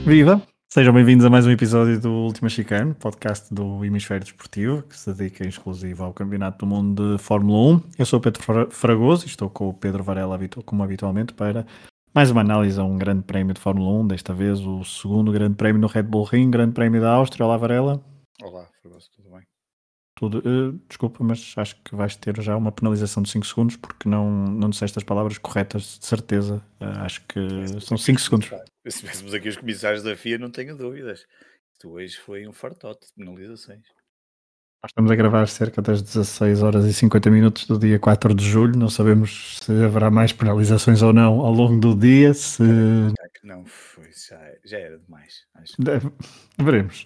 Viva! Sejam bem-vindos a mais um episódio do Última Chicane, podcast do Hemisfério Desportivo, que se dedica em exclusivo ao Campeonato do Mundo de Fórmula 1. Eu sou o Pedro Fragoso e estou com o Pedro Varela, como habitualmente, para mais uma análise a um grande prémio de Fórmula 1, desta vez o segundo grande prémio no Red Bull Ring, grande prémio da Áustria. Olá, Varela. Olá, Fragoso, tudo bem? Tudo, desculpa, mas acho que vais ter já uma penalização de 5 segundos porque não disseste as palavras corretas, de certeza. Acho que são 5 segundos. Se tivéssemos aqui os comissários da FIA, não tenho dúvidas. Isto hoje foi um fartote de penalizações. Nós estamos a gravar cerca das 16 horas e 50 minutos do dia 4 de julho. Não sabemos se haverá mais penalizações ou não ao longo do dia. Se... Já que não foi, já era demais. Acho. Veremos.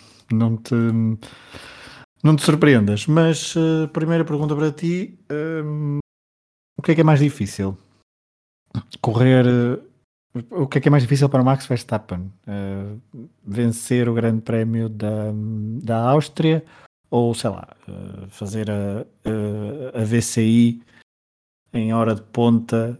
Não te surpreendas. Mas primeira pergunta para ti: o que é mais difícil? Correr. O que é mais difícil para o Max Verstappen? Vencer o Grande Prémio da Áustria ou, sei lá, fazer a VCI em hora de ponta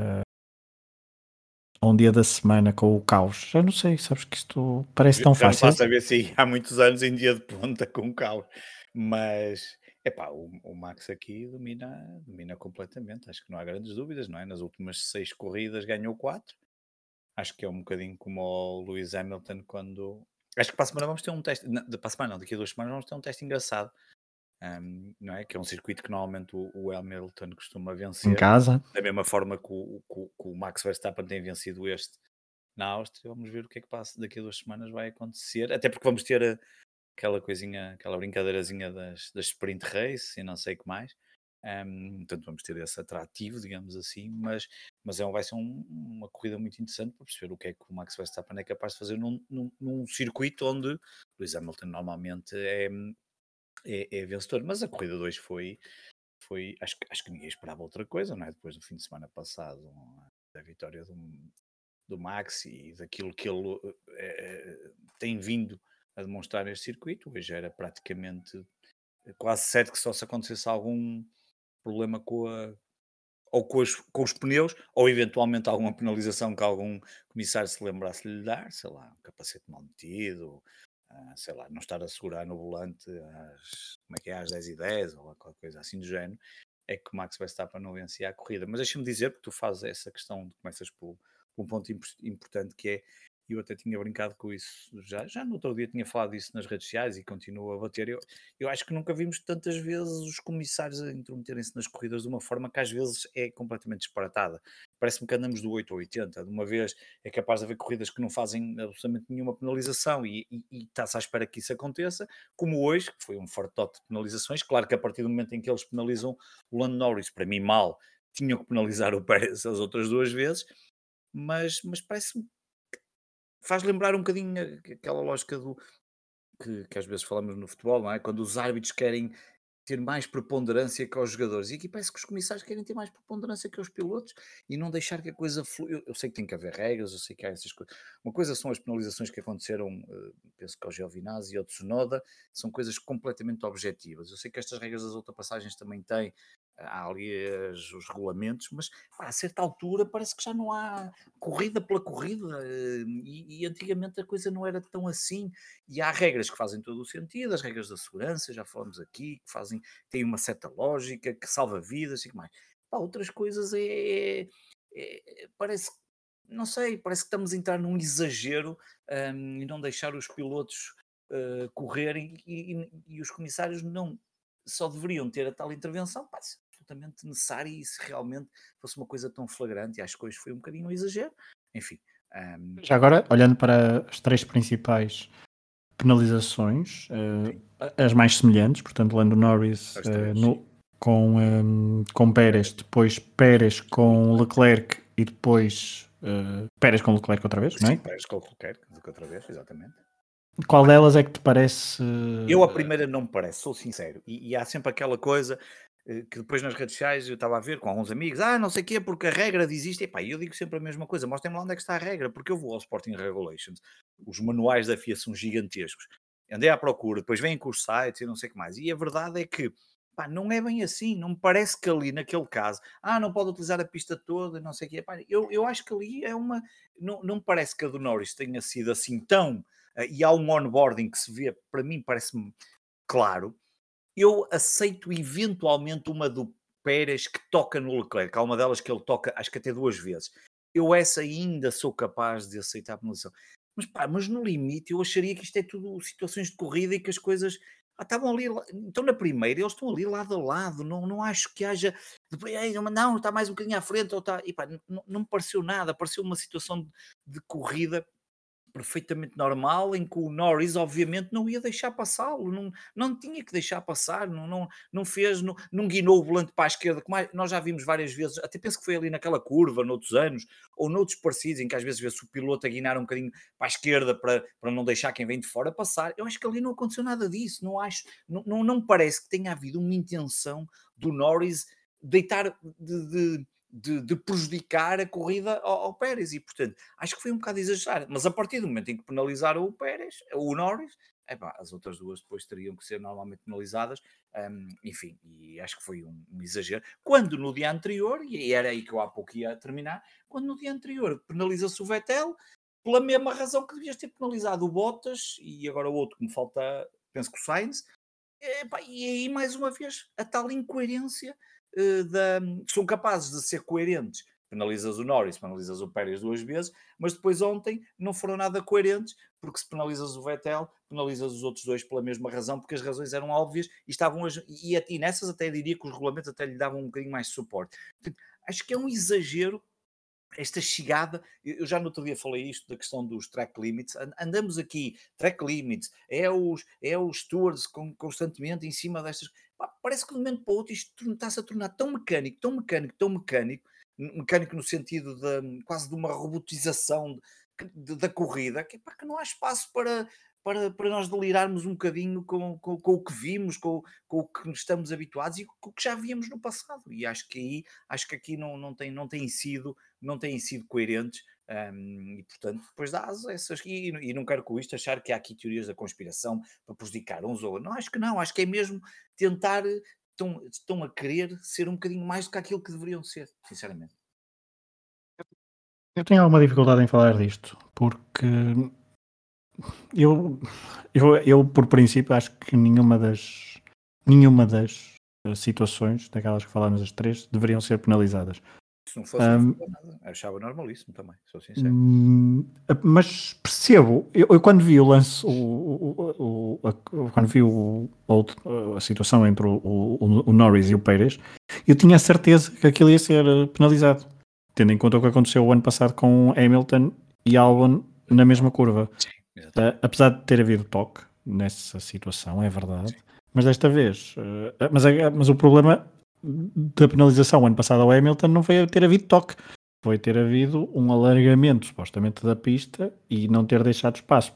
a um dia da semana com o caos? Já não sei, sabes que isto parece tão Já não fácil. faço a VCI há muitos anos em dia de ponta com caos. Mas, epá, o Max aqui domina completamente. Acho que não há grandes dúvidas, não é? Nas últimas 6 corridas ganhou 4. Acho que é um bocadinho como o Lewis Hamilton quando... Acho que para a semana vamos ter um teste... Para a semana não, daqui a 2 semanas vamos ter um teste engraçado. Não é? Que é um circuito que normalmente o Hamilton costuma Em vencer, casa. da mesma forma que o Max Verstappen tem vencido este na Áustria. Vamos ver o que é que passa daqui a 2 semanas vai acontecer, até porque vamos ter aquela coisinha, aquela brincadeirazinha das sprint race e não sei o que mais. Portanto, vamos ter esse atrativo, digamos assim, mas vai ser uma corrida muito interessante para perceber o que é que o Max Verstappen é capaz de fazer num circuito onde Lewis Hamilton normalmente é vencedor. Mas a corrida 2 foi acho que ninguém esperava outra coisa, não é? Depois do fim de semana passado, da vitória do Max e daquilo que ele tem vindo a demonstrar neste circuito. Hoje era praticamente quase certo que só se acontecesse algum problema ou com os pneus, ou eventualmente alguma penalização que algum comissário se lembrasse de lhe dar, sei lá, um capacete mal metido, sei lá, não estar a segurar no volante como é que é, às 10h10 ou qualquer coisa assim do género, é que o Max Verstappen não vencia a corrida. Mas deixa-me dizer, porque tu fazes essa questão, começas por um ponto importante que é, e eu até tinha brincado com isso, já no outro dia tinha falado disso nas redes sociais e continuo a bater. Eu acho que nunca vimos tantas vezes os comissários a intrometerem-se nas corridas de uma forma que às vezes é completamente disparatada. Parece-me que andamos do 8 ao 80. De uma vez é capaz de haver corridas que não fazem absolutamente nenhuma penalização e está-se à espera que isso aconteça, como hoje, que foi um fartote de penalizações. Claro que a partir do momento em que eles penalizam o Lando Norris, para mim mal, tinham que penalizar o Pérez as outras 2 vezes, mas parece-me, faz lembrar um bocadinho aquela lógica que às vezes falamos no futebol, não é? Quando os árbitros querem ter mais preponderância que aos jogadores. E aqui parece que os comissários querem ter mais preponderância que os pilotos e não deixar que a coisa flua. Eu sei que tem que haver regras, eu sei que há essas coisas. Uma coisa são as penalizações que aconteceram, penso que ao Giovinazzi e ao Tsunoda, são coisas completamente objetivas. Eu sei que estas regras das ultrapassagens também têm, há ali os regulamentos, mas pá, a certa altura parece que já não há corrida pela corrida, e antigamente a coisa não era tão assim. E há regras que fazem todo o sentido, as regras da segurança, já falamos aqui, que têm uma certa lógica, que salva vidas e que mais. Pá, outras coisas parece, não sei, parece que estamos a entrar num exagero, e não deixar os pilotos correrem e os comissários não só deveriam ter a tal intervenção, pá, se absolutamente necessária e se realmente fosse uma coisa tão flagrante, e acho que hoje foi um bocadinho um exagero, enfim. Já agora, olhando para as três principais penalizações, Sim, as mais semelhantes, portanto, Lando Norris as três, sim. com Pérez, depois Pérez com Leclerc e depois Pérez com Leclerc outra vez, não Sim, é? Pérez com o Leclerc, do que outra vez, exatamente. Qual delas é que te parece? Eu a primeira não me parece, sou sincero. E há sempre aquela coisa que depois nas redes sociais eu estava a ver com alguns amigos, não sei o quê, porque a regra diz isto. Epá, eu digo sempre a mesma coisa, mostrem-me lá onde é que está a regra, porque eu vou ao Sporting Regulations, os manuais da FIA são gigantescos. Andei à procura, depois vêm com os sites e não sei o que mais. E a verdade é que Pá, não é bem assim, não me parece que ali naquele caso, não pode utilizar a pista toda, não sei o quê. Pá, eu acho que ali é uma. Não me parece que a do Norris tenha sido assim tão. E há um onboarding que se vê, para mim parece-me claro. Eu aceito eventualmente uma do Pérez que toca no Leclerc. Há uma delas que ele toca, acho que até duas vezes. Eu essa ainda sou capaz de aceitar a penalização. Mas pá, mas no limite eu acharia que isto é tudo situações de corrida e que as coisas estavam ali, então na primeira eles estão ali lado a lado, não acho que haja, depois, "Ei, não, está mais um bocadinho à frente, ou está, e pá, não me pareceu nada, pareceu uma situação de corrida perfeitamente normal, em que o Norris obviamente não ia deixar passá-lo, não tinha que deixar passar, não fez, não guinou o volante para a esquerda, como nós já vimos várias vezes, até penso que foi ali naquela curva, noutros anos, ou noutros parecidos, em que às vezes vê-se o piloto a guinar um bocadinho para a esquerda para não deixar quem vem de fora passar. Eu acho que ali não aconteceu nada disso, não acho, não me parece que tenha havido uma intenção do Norris deitar de prejudicar a corrida ao Pérez e portanto acho que foi um bocado exagerado, mas a partir do momento em que penalizaram o Pérez, o Norris, epá, as outras duas depois teriam que ser normalmente penalizadas, enfim, e acho que foi um exagero. Quando no dia anterior, e era aí que eu há pouco ia terminar, quando no dia anterior penaliza-se o Vettel, pela mesma razão que devias ter penalizado o Bottas, e agora o outro que me falta, penso que o Sainz, epá, e aí mais uma vez a tal incoerência são capazes de ser coerentes. Penalizas o Norris, penalizas o Pérez duas vezes, mas depois ontem não foram nada coerentes, porque se penalizas o Vettel, penalizas os outros dois pela mesma razão, porque as razões eram óbvias e estavam e nessas até diria que os regulamentos até lhe davam um bocadinho mais de suporte. Portanto, acho que é um exagero esta chegada, eu já no outro dia falei isto da questão dos track limits, andamos aqui, track limits, é os stewards constantemente em cima destas, pá, parece que de um momento para o outro isto está-se a tornar tão mecânico, tão mecânico, tão mecânico, mecânico no sentido de quase de uma robotização da corrida, que, pá, que não há espaço para nós delirarmos um bocadinho com o que vimos, com o que estamos habituados e com o que já víamos no passado. E acho que aqui não tem sido coerentes. E portanto, depois dá asa a essas. E não quero com isto achar que há aqui teorias da conspiração para prejudicar uns ou outros. Não, acho que é mesmo tentar. Estão a querer ser um bocadinho mais do que aquilo que deveriam ser, sinceramente. Eu tenho alguma dificuldade em falar disto, porque eu, eu por princípio, acho que nenhuma das situações, daquelas que falámos as três, deveriam ser penalizadas. Se não fosse, não Ahm, fosse nada. Achava normalíssimo também, sou sincero. hum, mas percebo, eu quando vi o lance, quando vi a situação entre o Norris e o Pérez, eu tinha a certeza que aquilo ia ser penalizado, tendo em conta o que aconteceu o ano passado com Hamilton e Albon na mesma curva. Sim, exatamente. Apesar de ter havido toque nessa situação, é verdade, Sim. mas desta vez, mas o problema da penalização ano passado ao Hamilton não foi ter havido toque, foi ter havido um alargamento supostamente da pista e não ter deixado espaço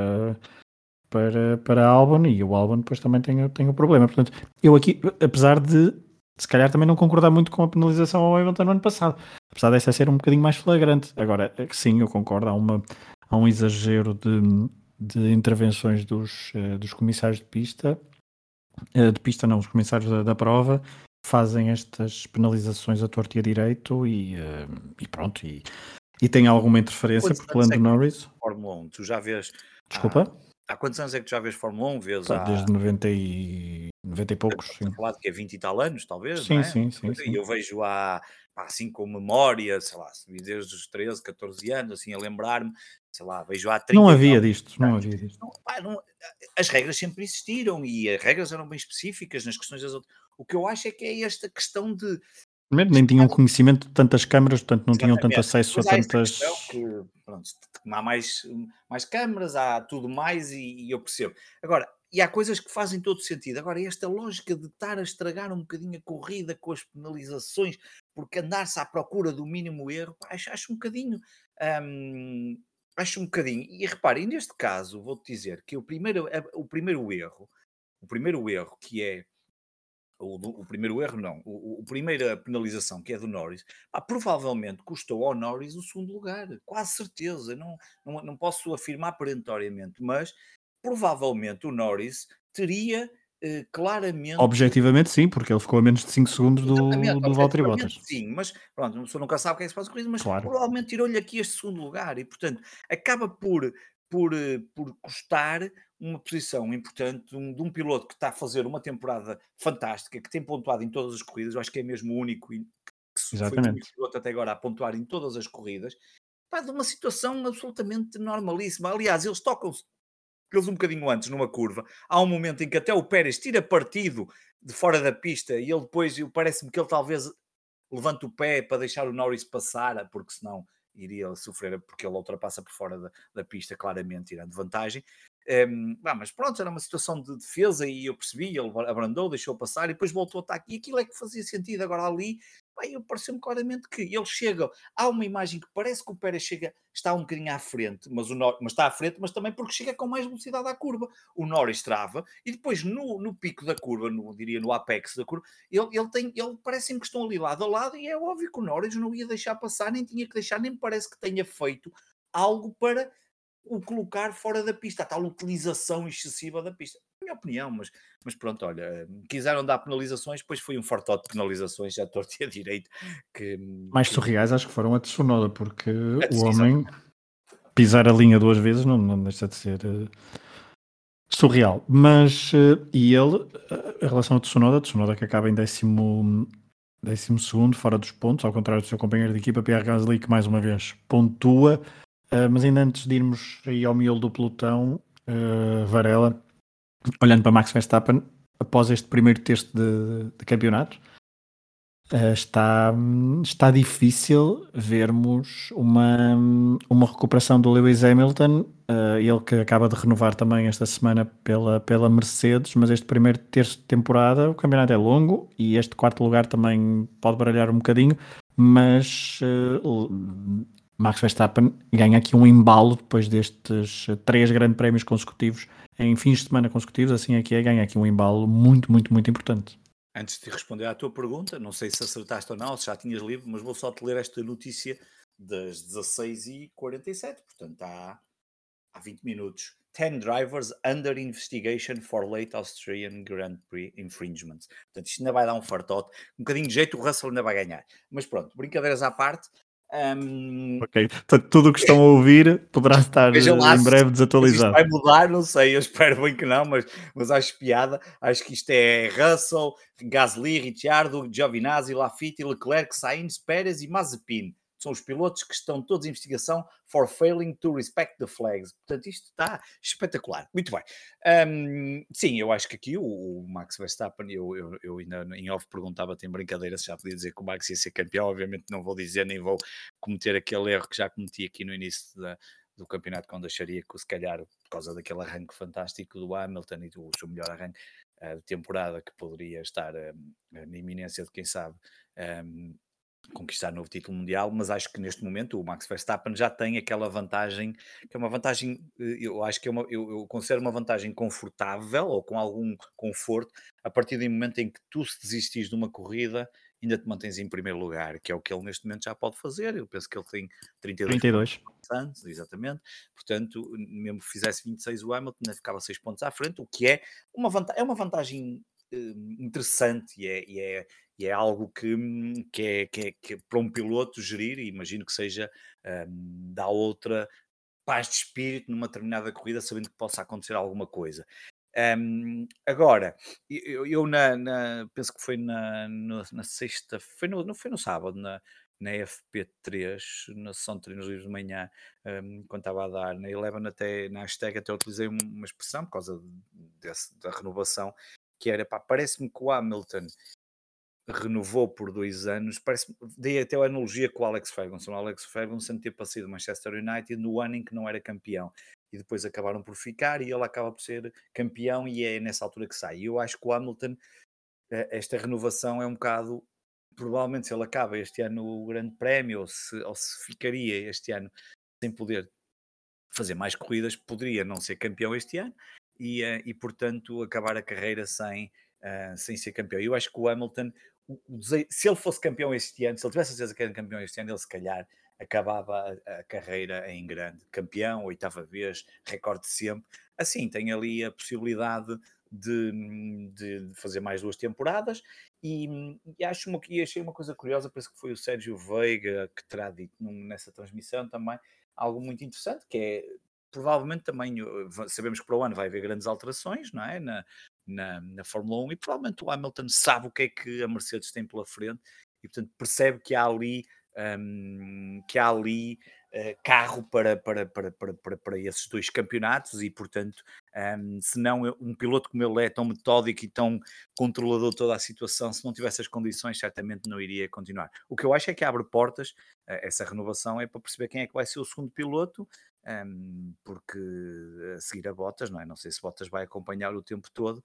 para Albon, e o Albon depois também tem o problema. Portanto, eu aqui, apesar de se calhar também não concordar muito com a penalização ao Hamilton no ano passado, apesar dessa ser um bocadinho mais flagrante. Agora, sim, eu concordo, há um exagero de intervenções dos comissários de pista não, os comissários da prova, fazem estas penalizações a torto e a direito e pronto, e tem alguma interferência, Quantos porque anos é Lando que tu Norris, vês Fórmula 1? Tu já vês há, desculpa, há quantos anos é que tu já vês Fórmula 1? Vês pá, há, desde 90 e poucos, estamos a sim. falar de que é 20 e tal anos, talvez, não Sim, é? sim, sim, E sim. eu vejo pá, assim com memória, sei lá, desde os 13, 14 anos, assim, a lembrar-me, sei lá, vejo há Não 30 e tal havia disto, não anos. havia disto. As regras sempre existiram e as regras eram bem específicas nas questões das outras. O que eu acho é que é esta questão de Primeiro, nem tinham conhecimento de tantas câmaras, portanto não tinham tanto exatamente. acesso a Depois há esta questão tantas. que, pronto, há mais câmaras, há tudo mais e eu percebo. Agora, e há coisas que fazem todo sentido. Agora, esta lógica de estar a estragar um bocadinho a corrida com as penalizações, porque andar-se à procura do mínimo erro, pá, acho um bocadinho. hum, Acho um bocadinho. E reparem, neste caso, vou-te dizer que o primeiro erro que é o primeiro erro não, o primeira penalização que é do Norris, provavelmente custou ao Norris o segundo lugar, quase certeza, não posso afirmar perentoriamente, mas provavelmente o Norris teria, claramente. Objetivamente sim, porque ele ficou a menos de 5 segundos Exatamente, do Valtteri objetivamente Bottas. sim, mas pronto, uma pessoa nunca sabe o que é que se passa com isso, mas Claro, provavelmente tirou-lhe aqui este segundo lugar e, portanto, acaba por custar uma posição importante de um piloto que está a fazer uma temporada fantástica, que tem pontuado em todas as corridas, eu acho que é mesmo o único, foi o único exatamente. piloto até agora a pontuar em todas as corridas, pá, de uma situação absolutamente normalíssima. Aliás, eles tocam-se eles um bocadinho antes, numa curva, há um momento em que até o Pérez tira partido de fora da pista e ele depois, parece-me que ele talvez levanta o pé para deixar o Norris passar, porque senão iria sofrer, porque ele ultrapassa por fora da pista, claramente, tirando vantagem. Mas pronto, era uma situação de defesa e eu percebi, ele abrandou, deixou passar e depois voltou a estar aqui. E aquilo é que fazia sentido. Agora ali, eu pareceu-me claramente que ele chega, há uma imagem que parece que o Pérez chega, está um bocadinho à frente, mas está à frente, mas também porque chega com mais velocidade à curva. O Norris trava e depois no pico da curva, diria no apex da curva, ele parece-me que estão ali lado a lado e é óbvio que o Norris não ia deixar passar, nem tinha que deixar, nem me parece que tenha feito algo para o colocar fora da pista, a tal utilização excessiva da pista. Minha opinião, mas pronto, olha, quiseram dar penalizações, depois foi um fartote de penalizações, já torto e a direito, que, Mais que surreais acho que foram a Tsunoda, porque a o decisão. homem pisar a linha 2 vezes não deixa de ser surreal. Mas, e ele, em relação a Tsunoda que acaba em décimo segundo, fora dos pontos, ao contrário do seu companheiro de equipa, Pierre Gasly, que mais uma vez pontua. Mas ainda antes de irmos aí ao miolo do pelotão, Varela, olhando para Max Verstappen, após este primeiro texto de campeonato, está difícil vermos uma recuperação do Lewis Hamilton, ele que acaba de renovar também esta semana pela Mercedes, mas este primeiro terço de temporada, o campeonato é longo e este quarto lugar também pode baralhar um bocadinho, mas Max Verstappen ganha aqui um embalo depois destes 3 grandes prémios consecutivos em fins de semana consecutivos, assim é que é, ganha aqui um embalo muito, muito, muito importante. Antes de responder à tua pergunta, não sei se acertaste ou não, se já tinhas lido, mas vou só te ler esta notícia das 16h47, portanto há 20 minutos. 10 drivers under investigation for late Australian Grand Prix infringements. Portanto, isto ainda vai dar um fartote. Um bocadinho de jeito, o Russell ainda vai ganhar. Mas pronto, brincadeiras à parte. Ok, portanto, tudo o que estão a ouvir poderá estar Vejam lá em breve se isto vai desatualizado. mudar, não sei, eu espero bem que não, mas acho piada. Acho que isto é Russell, Gasly, Ricciardo, Giovinazzi, Lafitte, Leclerc, Sainz, Pérez e Mazepin. São os pilotos que estão todos em investigação for failing to respect the flags. Portanto, isto está espetacular. Muito bem. Sim, eu acho que aqui o Max Verstappen, eu ainda em off perguntava-te em brincadeira se já podia dizer que o Max ia ser campeão. Obviamente não vou dizer, nem vou cometer aquele erro que já cometi aqui no início do campeonato, quando acharia que, se calhar, por causa daquele arranque fantástico do Hamilton e do seu melhor arranque de temporada, que poderia estar na iminência de, quem sabe, um, conquistar novo título mundial, mas acho que neste momento o Max Verstappen já tem aquela vantagem, que é uma vantagem, eu acho que eu considero uma vantagem confortável, ou com algum conforto, a partir do momento em que tu, se desistires de uma corrida, ainda te mantens em primeiro lugar, que é o que ele neste momento já pode fazer. Eu penso que ele tem 32 pontos 32. antes, exatamente, portanto, mesmo que fizesse 26 o Hamilton, ainda ficava 6 pontos à frente, o que é uma vantagem interessante e é algo que para um piloto gerir, e imagino que seja, dá outra paz de espírito numa determinada corrida, sabendo que possa acontecer alguma coisa. Agora, eu penso que foi na sexta, não foi no sábado, na FP3, na sessão de treinos livres de manhã, quando estava a dar na Eleven, até na hashtag, até utilizei uma expressão por causa da renovação, que era, pá, parece-me que o Hamilton renovou por 2 anos, parece, dei até a analogia com o Alex Ferguson ter passado do Manchester United no ano em que não era campeão, e depois acabaram por ficar, e ele acaba por ser campeão, e é nessa altura que sai. E eu acho que o Hamilton, esta renovação é um bocado, provavelmente, se ele acaba este ano o Grande Prémio, ou se ficaria este ano sem poder fazer mais corridas, poderia não ser campeão este ano e portanto, acabar a carreira sem ser campeão. Eu acho que o Hamilton, se ele fosse campeão este ano, se ele tivesse a certeza que era campeão este ano, ele se calhar acabava a carreira em grande. Campeão, 8ª vez, recorde sempre. Assim, tem ali a possibilidade de fazer mais 2 temporadas. E achei uma coisa curiosa, penso que foi o Sérgio Veiga que terá dito nessa transmissão também, algo muito interessante, que é provavelmente também, sabemos que para o ano vai haver grandes alterações, não é? Na Fórmula 1, e provavelmente o Hamilton sabe o que é que a Mercedes tem pela frente e, portanto, percebe que há ali carro para esses 2 campeonatos e, portanto, se não um piloto como ele é tão metódico e tão controlador de toda a situação, se não tivesse as condições, certamente não iria continuar. O que eu acho é que abre portas, essa renovação é para perceber quem é que vai ser o segundo piloto, porque a seguir a Bottas, não é? Não sei se Bottas vai acompanhar o tempo todo,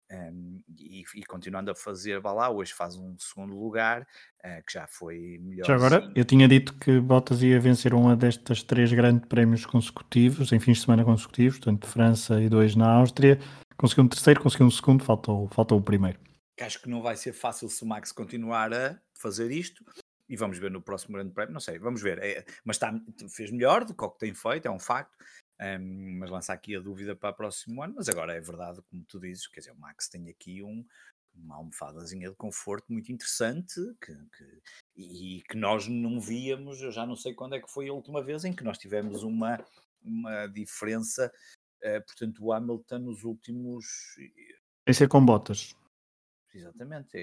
e continuando a fazer, vá lá, hoje faz um segundo lugar, que já foi Já agora, melhorzinho. eu tinha dito que Bottas ia vencer uma destas 3 grandes prémios consecutivos, em fins de semana consecutivos, portanto, França e 2 na Áustria. Conseguiu um terceiro, conseguiu um segundo, faltou o primeiro. Que acho que não vai ser fácil se o Max continuar a fazer isto. E vamos ver no próximo Grande Prémio, não sei, vamos ver. Mas fez melhor do que o que tem feito, é um facto. Mas lança aqui a dúvida para o próximo ano. Mas agora é verdade, como tu dizes, quer dizer, o Max tem aqui uma almofadazinha de conforto muito interessante e que nós não víamos. Eu já não sei quando é que foi a última vez em que nós tivemos uma diferença. Portanto, o Hamilton nos últimos. Tem ser com Bottas. Exatamente,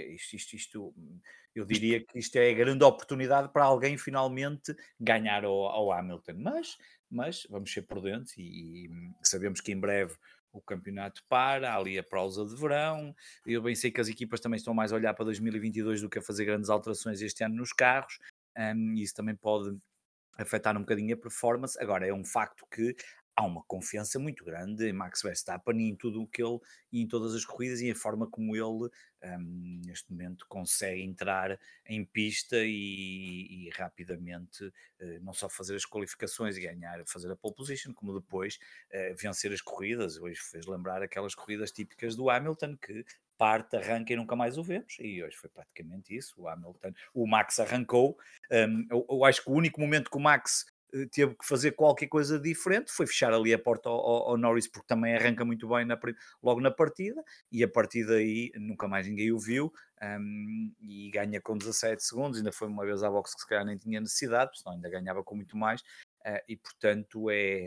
eu diria que isto é a grande oportunidade para alguém finalmente ganhar ao Hamilton, mas vamos ser prudentes e sabemos que em breve o campeonato para, há ali a pausa de verão, eu bem sei que as equipas também estão mais a olhar para 2022 do que a fazer grandes alterações este ano nos carros, e isso também pode afetar um bocadinho a performance. Agora, é um facto que há uma confiança muito grande em Max Verstappen e em tudo o que ele e em todas as corridas e a forma como ele neste momento consegue entrar em pista e rapidamente não só fazer as qualificações e ganhar, fazer a pole position, como depois vencer as corridas. Hoje fez lembrar aquelas corridas típicas do Hamilton que parte, arranca e nunca mais o vemos, e hoje foi praticamente isso. O Max arrancou. Eu acho que o único momento que o Max teve que fazer qualquer coisa diferente foi fechar ali a porta ao Norris, porque também arranca muito bem logo na partida, e a partir daí nunca mais ninguém o viu, e ganha com 17 segundos, ainda foi uma vez à boxe que se calhar nem tinha necessidade, senão ainda ganhava com muito mais, e portanto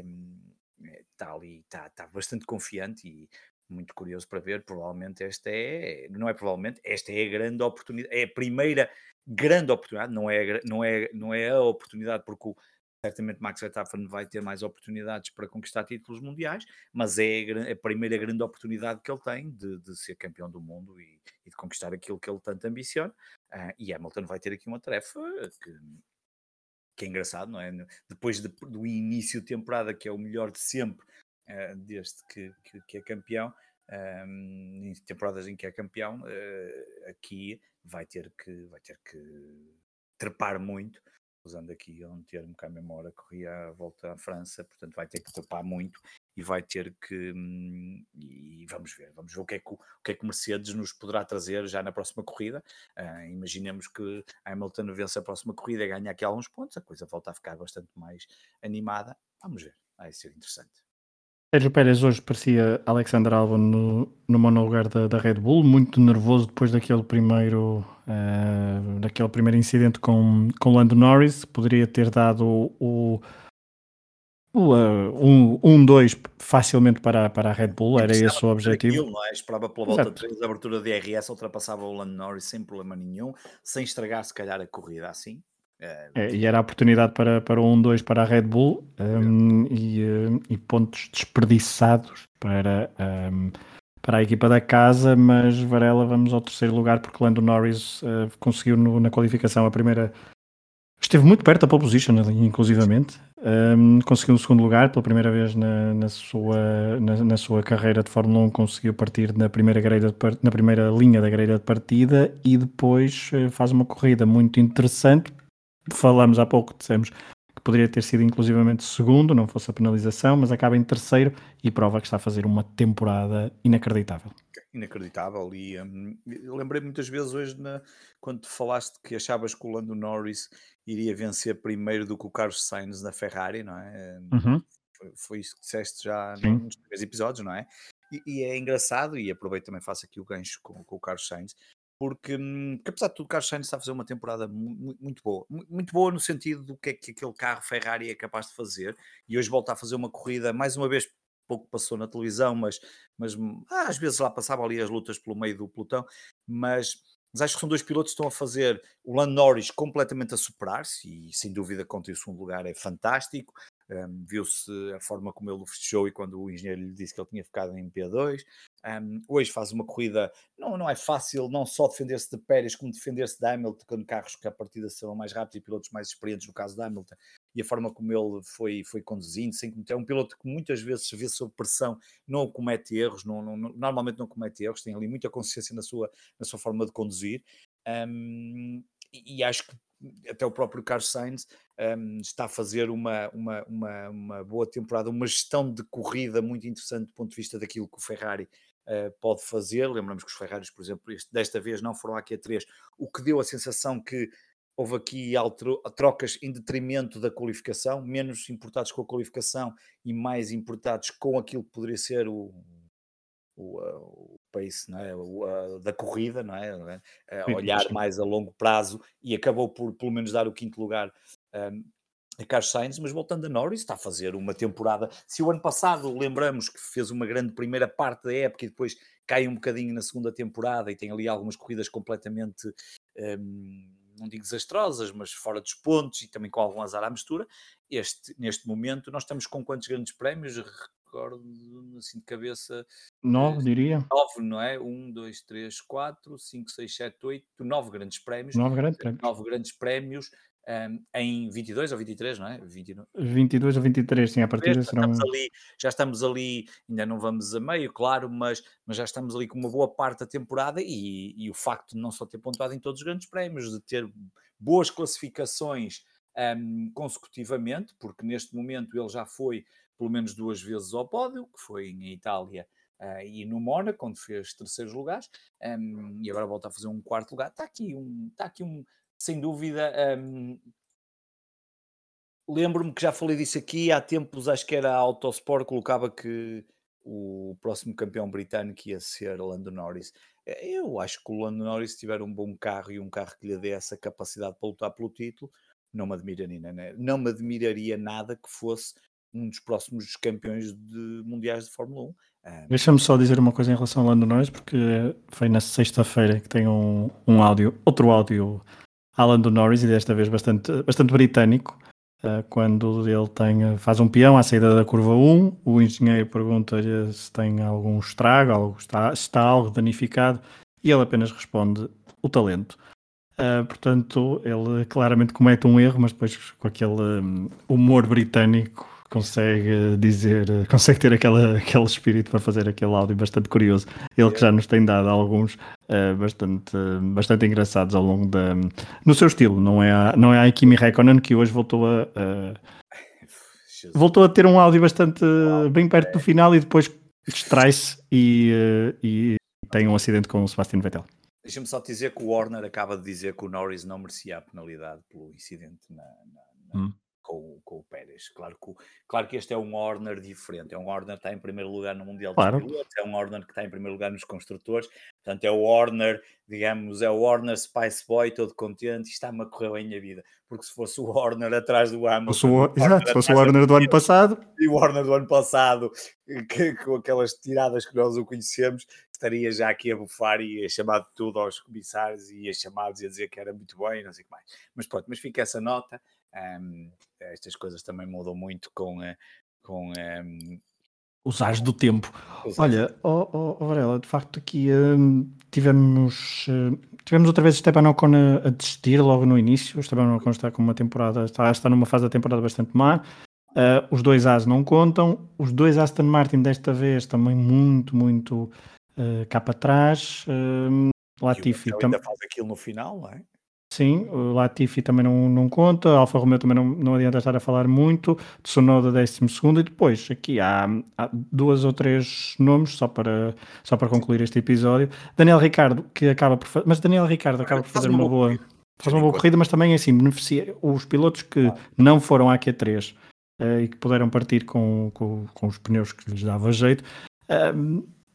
está ali, está bastante confiante e muito curioso para ver. Provavelmente não é provavelmente, esta é a grande oportunidade, é a primeira grande oportunidade, não é a oportunidade, porque certamente Max Verstappen vai ter mais oportunidades para conquistar títulos mundiais, mas é a primeira grande oportunidade que ele tem de ser campeão do mundo e de conquistar aquilo que ele tanto ambiciona. E Hamilton vai ter aqui uma tarefa que é engraçado, não é? Depois do início de temporada, que é o melhor de sempre, desde que é campeão, em temporadas em que é campeão, aqui vai ter que trepar muito, usando aqui um termo que à mesma hora corria à volta à França, portanto vai ter que trepar muito e vai ter que e vamos ver o que é que o Mercedes nos poderá trazer já na próxima corrida. Imaginemos que Hamilton vence a próxima corrida e ganha aqui alguns pontos, a coisa volta a ficar bastante mais animada. Vamos ver, vai ser interessante. Sérgio Pérez hoje parecia Alexander Albon no monolugar da Red Bull, muito nervoso depois daquele primeiro incidente com Lando Norris. Poderia ter dado o 1-2 facilmente para a Red Bull, Nem era precisava esse o fazer objetivo. aquilo, não é? Esperava pela volta Exato. 3, abertura de DRS, ultrapassava o Lando Norris sem problema nenhum, sem estragar se calhar a corrida assim. E era a oportunidade para o 1-2 para a Red Bull, Grande. e pontos desperdiçados para a equipa da casa, mas Varela, vamos ao terceiro lugar porque Lando Norris conseguiu na qualificação a primeira. Esteve muito perto da pole position, inclusivamente. Conseguiu um segundo lugar pela primeira vez na sua carreira de Fórmula 1. Conseguiu partir na primeira linha da grelha de partida e depois faz uma corrida muito interessante. Falamos há pouco, dissemos que poderia ter sido inclusivamente segundo, não fosse a penalização, mas acaba em terceiro e prova que está a fazer uma temporada inacreditável. Inacreditável. E eu lembrei muitas vezes hoje, quando tu falaste que achavas que o Lando Norris iria vencer primeiro do que o Carlos Sainz na Ferrari, não é? Uhum, Foi isso que disseste já sim. nos primeiros episódios, não é? E é engraçado, e aproveito também, faço aqui o gancho com o Carlos Sainz, porque apesar de tudo, o Carlos Sainz está a fazer uma temporada muito boa. Muito boa no sentido do que é que aquele carro Ferrari é capaz de fazer. E hoje volta a fazer uma corrida, mais uma vez, pouco passou na televisão, mas às vezes lá passava ali as lutas pelo meio do pelotão. Mas acho que são dois pilotos que estão a fazer o Lando Norris completamente a superar-se, e sem dúvida quanto ao segundo lugar é fantástico. Viu-se a forma como ele o fechou e quando o engenheiro lhe disse que ele tinha ficado em P2. Hoje faz uma corrida, não é fácil não só defender-se de Pérez como defender-se de Hamilton, com carros que a partida serão mais rápidos e pilotos mais experientes, no caso de Hamilton, e a forma como ele foi conduzindo, sem cometer. É um piloto que muitas vezes se vê sob pressão, não comete erros, normalmente não comete erros, tem ali muita consciência na sua forma de conduzir. E acho que até o próprio Carlos Sainz está a fazer uma boa temporada, uma gestão de corrida muito interessante do ponto de vista daquilo que o Ferrari pode fazer. Lembramos que os Ferraris, por exemplo, desta vez não foram à Q3, o que deu a sensação que houve aqui trocas em detrimento da qualificação, menos importados com a qualificação e mais importados com aquilo que poderia ser o pace, não é? Da corrida, não é? Olhar mais a longo prazo, e acabou por pelo menos dar o quinto lugar a Carlos Sainz. Mas voltando a Norris, está a fazer uma temporada. Se o ano passado lembramos que fez uma grande primeira parte da época e depois cai um bocadinho na segunda temporada e tem ali algumas corridas completamente, não digo desastrosas, mas fora dos pontos e também com algum azar à mistura, neste momento nós estamos com quantos grandes prémios? Recordo assim de cabeça, 9, diria. 9, não é? 1, 2, 3, 4, 5, 6, 7, 8, 9 grandes prémios. 9 grandes prémios. 9 grandes prémios em 22 ou 23, não é? 22 ou 23, sim, a partida serão. Já estamos ali, ainda não vamos a meio, claro, mas já estamos ali com uma boa parte da temporada, e o facto de não só ter pontuado em todos os grandes prémios, de ter boas classificações consecutivamente, porque neste momento ele já foi pelo menos 2 vezes ao pódio, que foi em Itália e no Mónaco, onde fez terceiros lugares, e agora volta a fazer um quarto lugar. Está aqui um sem dúvida. Lembro-me que já falei disso aqui há tempos, acho que era a Autosport, colocava que o próximo campeão britânico ia ser Lando Norris. Eu acho que o Lando Norris, se tiver um bom carro e um carro que lhe dê essa capacidade para lutar pelo título, não me admiraria nada que fosse um dos próximos campeões mundiais de Fórmula 1. Deixa-me só dizer uma coisa em relação ao Lando Norris, porque foi na sexta-feira que tem outro áudio a Lando Norris, e desta vez bastante britânico, quando ele faz um peão à saída da curva 1, o engenheiro pergunta-lhe se tem algum estrago, está algo danificado, e ele apenas responde: o talento. Portanto, ele claramente comete um erro, mas depois com aquele humor britânico consegue ter aquele espírito para fazer aquele áudio bastante curioso. Ele que já nos tem dado alguns bastante engraçados ao longo no seu estilo. Não é a Kimi Räikkönen, que hoje voltou a ter um áudio bastante bem perto do final e depois distrai-se e tem um acidente com o Sebastian Vettel. Deixa-me só dizer que o Horner acaba de dizer que o Norris não merecia a penalidade pelo incidente com o Pérez. Claro que este é um Horner diferente. É um Horner que está em primeiro lugar no Mundial dos Pilotos, é um Horner que está em primeiro lugar nos construtores. Portanto, é o Horner, digamos, é o Horner Spice Boy, todo contente, e está-me a correr bem a vida. Porque se fosse o Horner atrás do Hamilton... Se fosse o Horner do ano passado... E o Horner do ano passado, com aquelas tiradas que nós o conhecemos, estaria já aqui a bufar e a chamar de tudo aos comissários e a chamados e a dizer que era muito bem, não sei o que mais. Mas pronto, mas fica essa nota. Estas coisas também mudam muito com os ares do tempo. Olha, Varela, de facto aqui tivemos outra vez Esteban Ocon a desistir logo no início. O Esteban Ocon está com uma temporada, está numa fase da temporada bastante má. Os 2 As não contam. Os 2 Aston Martin desta vez também muito cá para trás. Latifi ainda faz aquilo no final, não é? Sim, o Latifi também não conta, a Alfa Romeo também não adianta estar a falar muito, Tsunoda 12º, e depois aqui há 2 ou 3 nomes, só para concluir este episódio. Daniel Ricciardo, que acaba por fazer uma boa corrida, mas também assim, beneficia os pilotos que não foram à Q3 e que puderam partir com os pneus que lhes dava jeito.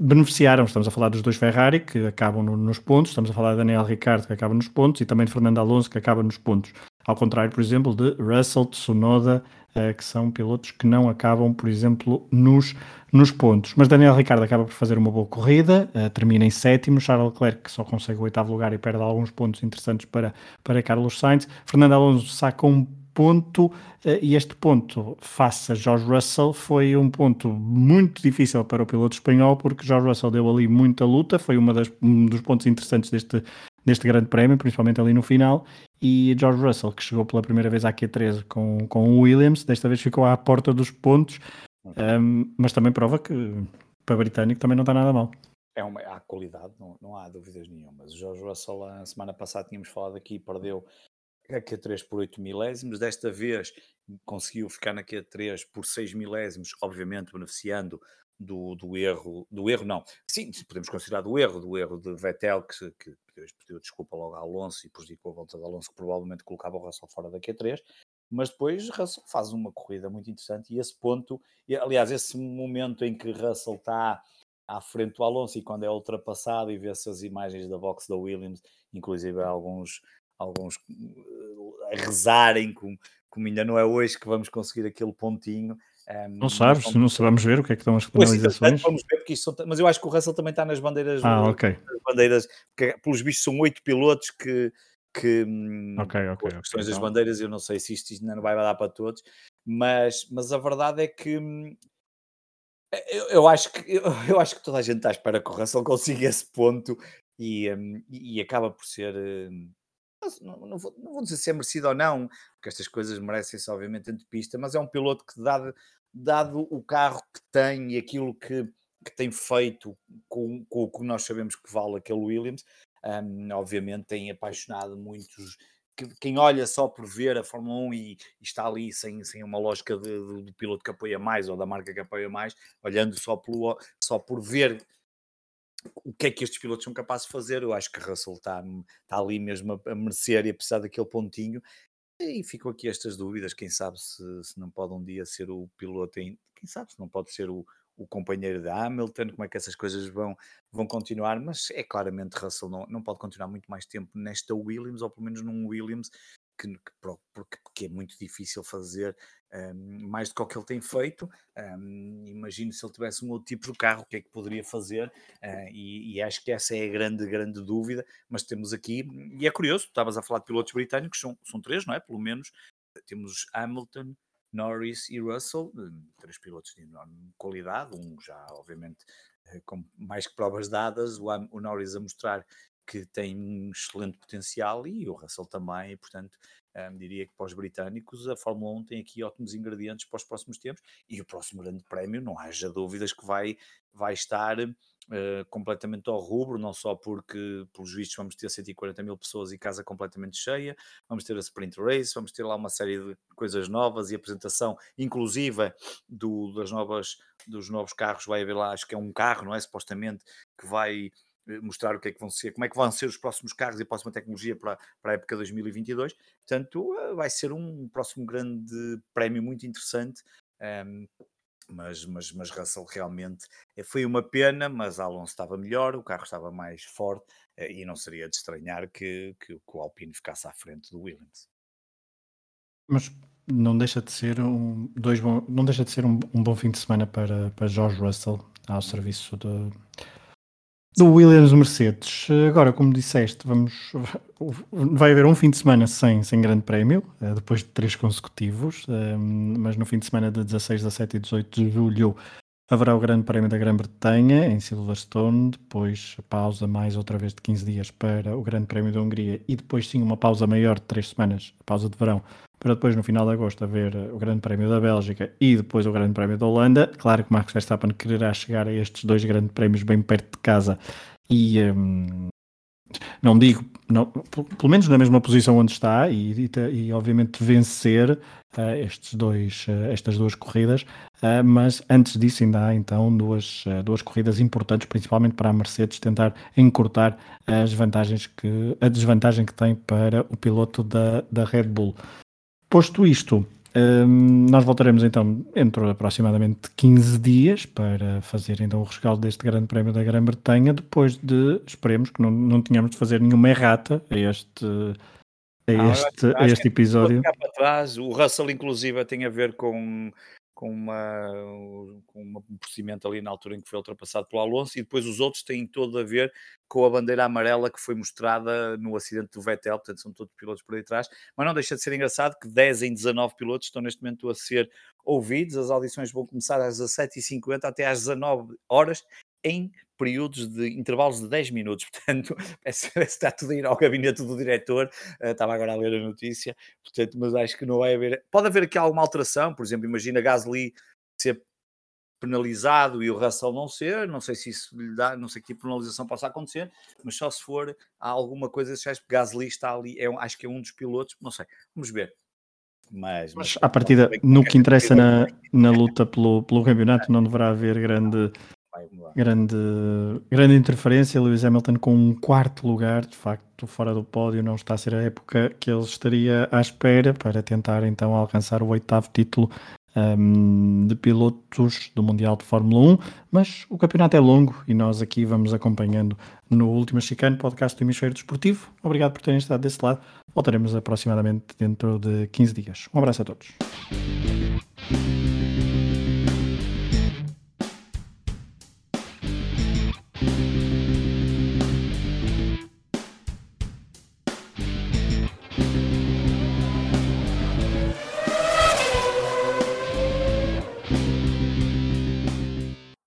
beneficiaram. Estamos a falar dos dois Ferrari que acabam nos pontos, estamos a falar de Daniel Ricciardo que acaba nos pontos e também de Fernando Alonso que acaba nos pontos. Ao contrário, por exemplo, de Russell, Tsunoda, que são pilotos que não acabam, por exemplo, nos pontos. Mas Daniel Ricciardo acaba por fazer uma boa corrida, termina em sétimo. Charles Leclerc que só consegue o oitavo lugar e perde alguns pontos interessantes para Carlos Sainz. Fernando Alonso saca um ponto, e este ponto face a George Russell foi um ponto muito difícil para o piloto espanhol, porque George Russell deu ali muita luta, foi um dos pontos interessantes deste grande prémio, principalmente ali no final, e George Russell, que chegou pela primeira vez à Q13 com o Williams, desta vez ficou à porta dos pontos, mas também prova que para britânico também não está nada mal. Há qualidade, não há dúvidas nenhumas. O George Russell, a semana passada tínhamos falado aqui, perdeu a Q3 por 8 milésimos, desta vez conseguiu ficar na Q3 por 6 milésimos, obviamente beneficiando do erro não, sim, podemos considerar do erro de Vettel, que pediu desculpa logo a Alonso e prejudicou a volta de Alonso, que provavelmente colocava o Russell fora da Q3, mas depois Russell faz uma corrida muito interessante, e esse ponto, aliás, esse momento em que Russell está à frente do Alonso e quando é ultrapassado, e vê-se as imagens da box da Williams, inclusive alguns a rezarem, como ainda não é hoje que vamos conseguir aquele pontinho. Não sabes, não sabemos ver o que é que estão as penalizações. Vamos ver, porque isto mas eu acho que o Russell também está nas bandeiras. Ok. Bandeiras, porque pelos bichos são 8 pilotos que Ok. com as questões das Então, bandeiras, eu não sei se isto ainda não vai dar para todos, mas a verdade é que eu acho que toda a gente está à espera que o Russell consiga esse ponto, e acaba por ser. Não vou dizer se é merecido ou não, porque estas coisas merecem-se obviamente dentro de pista, mas é um piloto que, dado o carro que tem e aquilo que tem feito com o que nós sabemos que vale aquele Williams, obviamente tem apaixonado muitos. Quem olha só por ver a Fórmula 1 e está ali sem uma lógica do piloto que apoia mais ou da marca que apoia mais, olhando só por ver o que é que estes pilotos são capazes de fazer, eu acho que Russell está ali mesmo a merecer e a precisar daquele pontinho, e ficam aqui estas dúvidas, quem sabe se não pode um dia ser o piloto, quem sabe se não pode ser o companheiro de Hamilton, como é que essas coisas vão continuar, mas é claramente Russell não pode continuar muito mais tempo nesta Williams, ou pelo menos num Williams, porque é muito difícil fazer mais do que o que ele tem feito. Imagino se ele tivesse um outro tipo de carro, o que é que poderia fazer, e acho que essa é a grande dúvida, mas temos aqui, e é curioso, estavas a falar de pilotos britânicos, são 3, não é? Pelo menos temos Hamilton, Norris e Russell, 3 pilotos de enorme qualidade, um já obviamente com mais que provas dadas, o Norris a mostrar que tem um excelente potencial, e o Russell também, e portanto diria que para os britânicos a Fórmula 1 tem aqui ótimos ingredientes para os próximos tempos, e o próximo grande prémio, não haja dúvidas que vai estar completamente ao rubro, não só porque pelos vistos vamos ter 140 mil pessoas e casa completamente cheia, vamos ter a Sprint Race, vamos ter lá uma série de coisas novas e apresentação inclusiva dos novos carros. Vai haver lá, acho que é um carro, não é? Supostamente, que vai mostrar o que é que vão ser, como é que vão ser os próximos carros e a próxima tecnologia para a época 2022. Portanto, vai ser um próximo grande prémio muito interessante. Mas Russell realmente foi uma pena, mas Alonso estava melhor, o carro estava mais forte, e não seria de estranhar que o Alpine ficasse à frente do Williams. mas não deixa de ser não deixa de ser um bom fim de semana para George Russell ao serviço do Williams Mercedes. Agora, como disseste, vai haver um fim de semana sem grande prémio, depois de 3 consecutivos, mas no fim de semana de 16, 17 e 18 de julho haverá o grande prémio da Grã-Bretanha em Silverstone, depois a pausa mais outra vez de 15 dias para o grande prémio da Hungria, e depois sim uma pausa maior de 3 semanas, a pausa de verão, para depois no final de agosto haver o grande prémio da Bélgica e depois o grande prémio da Holanda. Claro que Max Verstappen quererá chegar a estes 2 grandes prémios bem perto de casa e não digo, pelo menos na mesma posição onde está, e obviamente vencer estas 2 corridas, mas antes disso ainda há então duas corridas importantes, principalmente para a Mercedes tentar encurtar a desvantagem que tem para o piloto da Red Bull. Posto isto, Nós voltaremos então dentro de aproximadamente 15 dias para fazer então o rescaldo deste Grande Prémio da Grã-Bretanha, depois de, esperemos que não tenhamos de fazer nenhuma errata a este Não, a acho que este episódio. ficar para trás. O Russell, inclusive, tem a ver com, um procedimento ali na altura em que foi ultrapassado pelo Alonso, e depois os outros têm todo a ver com a bandeira amarela que foi mostrada no acidente do Vettel, portanto são todos pilotos por aí atrás, mas não deixa de ser engraçado que 10 em 19 pilotos estão neste momento a ser ouvidos. As audições vão começar às 17h50 até às 19 horas, em períodos de intervalos de 10 minutos, portanto, parece que está tudo a ir ao gabinete do diretor. Estava agora a ler a notícia, portanto, mas acho que não vai haver. Pode haver aqui alguma alteração, por exemplo, imagina Gasly ser penalizado e o Russell não ser, não sei se isso lhe dá, não sei que penalização possa acontecer, mas só se for há alguma coisa, se acho que Gasly está ali, acho que é um dos pilotos, não sei, vamos ver. Mas Mas à pronto, partida, no que interessa na luta pelo campeonato, não deverá haver vai mudar. grande interferência. Lewis Hamilton com um quarto lugar, de facto, fora do pódio, não está a ser a época que ele estaria à espera para tentar então alcançar o 8º título de pilotos do Mundial de Fórmula 1, mas o campeonato é longo e nós aqui vamos acompanhando no Última Chicane, podcast do Hemisfério Desportivo. Obrigado por terem estado desse lado. Voltaremos aproximadamente dentro de 15 dias. Um abraço a todos.